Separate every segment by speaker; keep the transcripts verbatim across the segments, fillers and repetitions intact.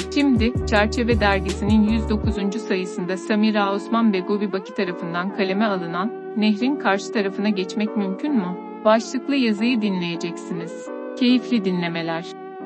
Speaker 1: Şimdi, Çerçeve dergisinin yüz dokuzuncu sayısında Samira Osman Begovibaki tarafından kaleme alınan "Nehrin Karşı Tarafına Geçmek Mümkün mü?" başlıklı yazıyı dinleyeceksiniz. Keyifli dinlemeler.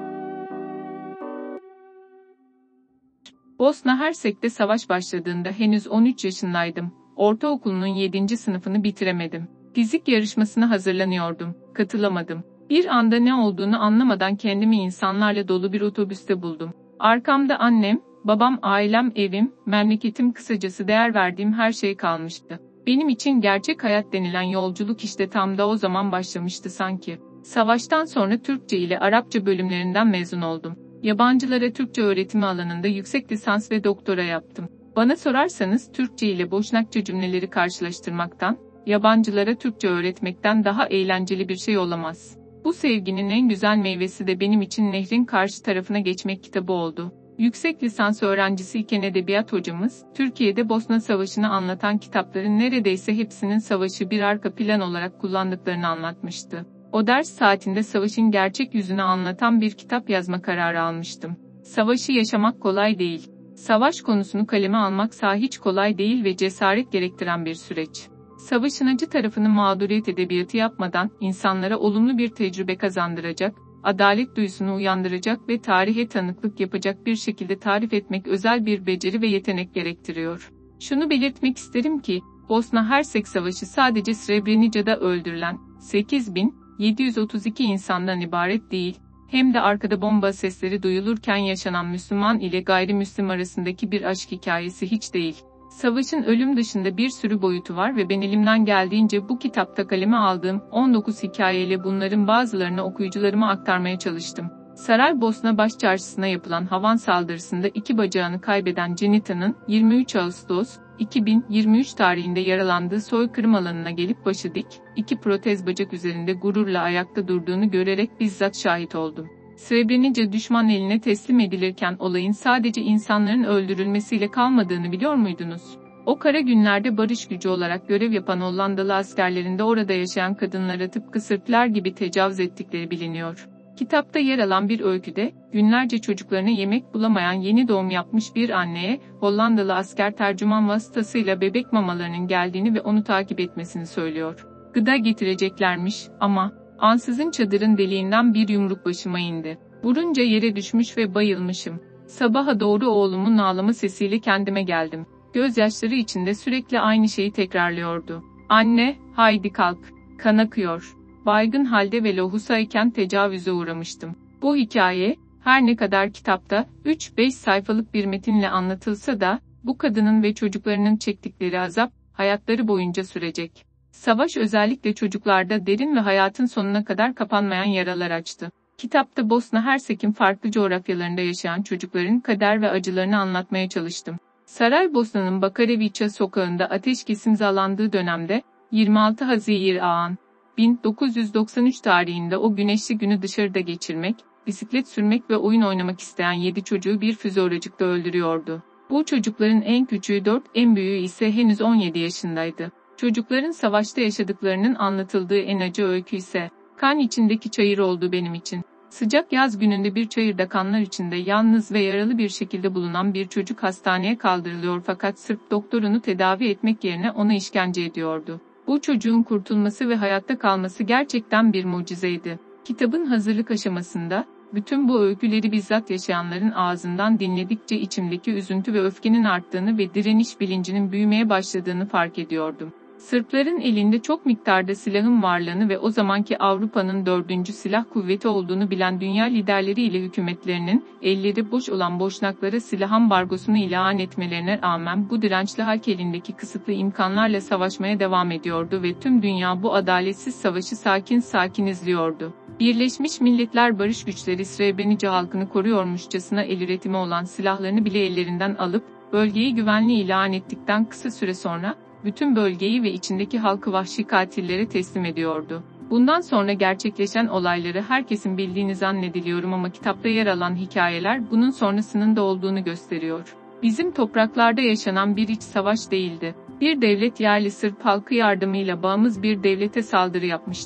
Speaker 1: Bosna Hersek'te savaş başladığında henüz on üç yaşındaydım. Ortaokulunun yedinci sınıfını bitiremedim. Fizik yarışmasına hazırlanıyordum. Katılamadım. Bir anda ne olduğunu anlamadan kendimi insanlarla dolu bir otobüste buldum. Arkamda annem, babam, ailem, evim, memleketim, kısacası değer verdiğim her şey kalmıştı. Benim için gerçek hayat denilen yolculuk işte tam da o zaman başlamıştı sanki. Savaştan sonra Türkçe ile Arapça bölümlerinden mezun oldum. Yabancılara Türkçe öğretimi alanında yüksek lisans ve doktora yaptım. Bana sorarsanız Türkçe ile Boşnakça cümleleri karşılaştırmaktan, yabancılara Türkçe öğretmekten daha eğlenceli bir şey olamaz. Bu sevginin en güzel meyvesi de benim için Nehrin Karşı Tarafına Geçmek kitabı oldu. Yüksek lisans öğrencisiyken edebiyat hocamız, Türkiye'de Bosna Savaşı'nı anlatan kitapların neredeyse hepsinin savaşı bir arka plan olarak kullandıklarını anlatmıştı. O ders saatinde savaşın gerçek yüzünü anlatan bir kitap yazma kararı almıştım. Savaşı yaşamak kolay değil. Savaş konusunu kaleme almaksa hiç kolay değil ve cesaret gerektiren bir süreç. Savaşın acı tarafını mağduriyet edebiyatı yapmadan insanlara olumlu bir tecrübe kazandıracak, adalet duyusunu uyandıracak ve tarihe tanıklık yapacak bir şekilde tarif etmek özel bir beceri ve yetenek gerektiriyor. Şunu belirtmek isterim ki, Bosna Hersek Savaşı sadece Srebrenica'da öldürülen sekiz bin yedi yüz otuz iki insandan ibaret değil, hem de arkada bomba sesleri duyulurken yaşanan Müslüman ile gayrimüslim arasındaki bir aşk hikayesi hiç değil. Savaşın ölüm dışında bir sürü boyutu var ve ben elimden geldiğince bu kitapta kaleme aldığım on dokuz hikayeyle bunların bazılarını okuyucularıma aktarmaya çalıştım. Saraybosna Başçarşısı'na yapılan havan saldırısında iki bacağını kaybeden Cenita'nın yirmi üç Ağustos iki bin yirmi üç tarihinde yaralandığı soykırım alanına gelip başı dik, iki protez bacak üzerinde gururla ayakta durduğunu görerek bizzat şahit oldum. Srebrenica düşman eline teslim edilirken olayın sadece insanların öldürülmesiyle kalmadığını biliyor muydunuz? O kara günlerde barış gücü olarak görev yapan Hollandalı askerlerin de orada yaşayan kadınlara tıpkı Sırplar gibi tecavüz ettikleri biliniyor. Kitapta yer alan bir öyküde, günlerce çocuklarına yemek bulamayan yeni doğum yapmış bir anneye, Hollandalı asker tercüman vasıtasıyla bebek mamalarının geldiğini ve onu takip etmesini söylüyor. Gıda getireceklermiş ama, ansızın çadırın deliğinden bir yumruk başıma indi. Vurunca yere düşmüş ve bayılmışım. Sabaha doğru oğlumun ağlama sesiyle kendime geldim. Gözyaşları içinde sürekli aynı şeyi tekrarlıyordu. Anne, haydi kalk, kan akıyor. Baygın halde ve lohusayken tecavüze uğramıştım. Bu hikaye, her ne kadar kitapta üç beş sayfalık bir metinle anlatılsa da, bu kadının ve çocuklarının çektikleri azap, hayatları boyunca sürecek. Savaş özellikle çocuklarda derin ve hayatın sonuna kadar kapanmayan yaralar açtı. Kitapta Bosna Hersek'in farklı coğrafyalarında yaşayan çocukların kader ve acılarını anlatmaya çalıştım. Saraybosna'nın Bakareviça sokağında ateşkes imzalandığı dönemde, yirmi altı Haziran bin dokuz yüz doksan üç tarihinde o güneşli günü dışarıda geçirmek, bisiklet sürmek ve oyun oynamak isteyen yedi çocuğu bir füze oracıkta öldürüyordu. Bu çocukların en küçüğü dört, en büyüğü ise henüz on yedi yaşındaydı. Çocukların savaşta yaşadıklarının anlatıldığı en acı öykü ise, kan içindeki çayır oldu benim için. Sıcak yaz gününde bir çayırda kanlar içinde yalnız ve yaralı bir şekilde bulunan bir çocuk hastaneye kaldırılıyor fakat Sırp doktorunu tedavi etmek yerine ona işkence ediyordu. Bu çocuğun kurtulması ve hayatta kalması gerçekten bir mucizeydi. Kitabın hazırlık aşamasında, bütün bu öyküleri bizzat yaşayanların ağzından dinledikçe içimdeki üzüntü ve öfkenin arttığını ve direniş bilincinin büyümeye başladığını fark ediyordum. Sırpların elinde çok miktarda silahın varlığını ve o zamanki Avrupa'nın dördüncü silah kuvveti olduğunu bilen dünya liderleri ile hükümetlerinin, elleri boş olan Boşnaklara silah ambargosunu ilan etmelerine rağmen bu dirençli halk elindeki kısıtlı imkanlarla savaşmaya devam ediyordu ve tüm dünya bu adaletsiz savaşı sakin sakin izliyordu. Birleşmiş Milletler Barış Güçleri Srebrenica halkını koruyormuşçasına el üretimi olan silahlarını bile ellerinden alıp, bölgeyi güvenli ilan ettikten kısa süre sonra, bütün bölgeyi ve içindeki halkı vahşi katillere teslim ediyordu. Bundan sonra gerçekleşen olayları herkesin bildiğini zannediliyorum ama kitapta yer alan hikayeler bunun sonrasının da olduğunu gösteriyor. Bizim topraklarda yaşanan bir iç savaş değildi. Bir devlet yerli Sırp halkı yardımıyla bağımsız bir devlete saldırı yapmıştı.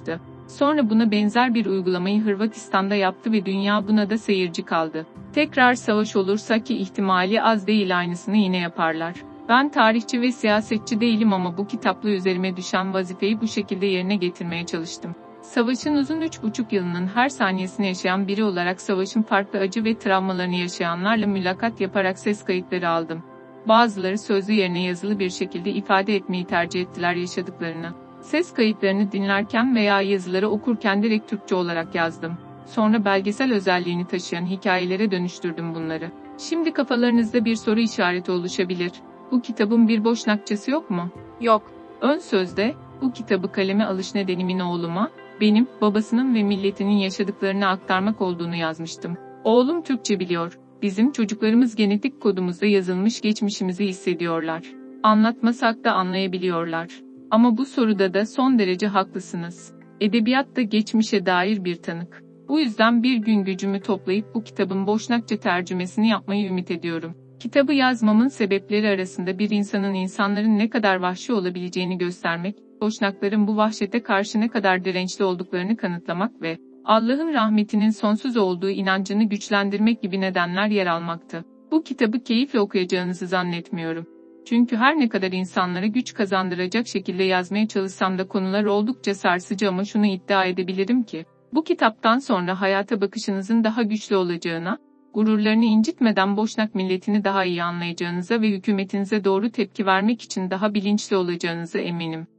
Speaker 1: Sonra buna benzer bir uygulamayı Hırvatistan'da yaptı ve dünya buna da seyirci kaldı. Tekrar savaş olursa ki ihtimali az değil aynısını yine yaparlar. Ben tarihçi ve siyasetçi değilim ama bu kitapla üzerime düşen vazifeyi bu şekilde yerine getirmeye çalıştım. Savaşın uzun üç buçuk yılının her saniyesini yaşayan biri olarak savaşın farklı acı ve travmalarını yaşayanlarla mülakat yaparak ses kayıtları aldım. Bazıları sözlü yerine yazılı bir şekilde ifade etmeyi tercih ettiler yaşadıklarını. Ses kayıtlarını dinlerken veya yazıları okurken direkt Türkçe olarak yazdım. Sonra belgesel özelliğini taşıyan hikayelere dönüştürdüm bunları. Şimdi kafalarınızda bir soru işareti oluşabilir. Bu kitabın bir boşnakçası yok mu?
Speaker 2: Yok.
Speaker 1: Ön sözde, bu kitabı kaleme alış nedenimin oğluma, benim, babasının ve milletinin yaşadıklarını aktarmak olduğunu yazmıştım. Oğlum Türkçe biliyor. Bizim çocuklarımız genetik kodumuzda yazılmış geçmişimizi hissediyorlar. Anlatmasak da anlayabiliyorlar. Ama bu soruda da son derece haklısınız. Edebiyat da geçmişe dair bir tanık. Bu yüzden bir gün gücümü toplayıp bu kitabın Boşnakça tercümesini yapmayı ümit ediyorum. Kitabı yazmamın sebepleri arasında bir insanın insanların ne kadar vahşi olabileceğini göstermek, Boşnakların bu vahşete karşı ne kadar dirençli olduklarını kanıtlamak ve Allah'ın rahmetinin sonsuz olduğu inancını güçlendirmek gibi nedenler yer almaktı. Bu kitabı keyifle okuyacağınızı zannetmiyorum. Çünkü her ne kadar insanlara güç kazandıracak şekilde yazmaya çalışsam da konular oldukça sarsıcı ama şunu iddia edebilirim ki, bu kitaptan sonra hayata bakışınızın daha güçlü olacağına, gururlarını incitmeden Boşnak milletini daha iyi anlayacağınıza ve hükümetinize doğru tepki vermek için daha bilinçli olacağınıza eminim.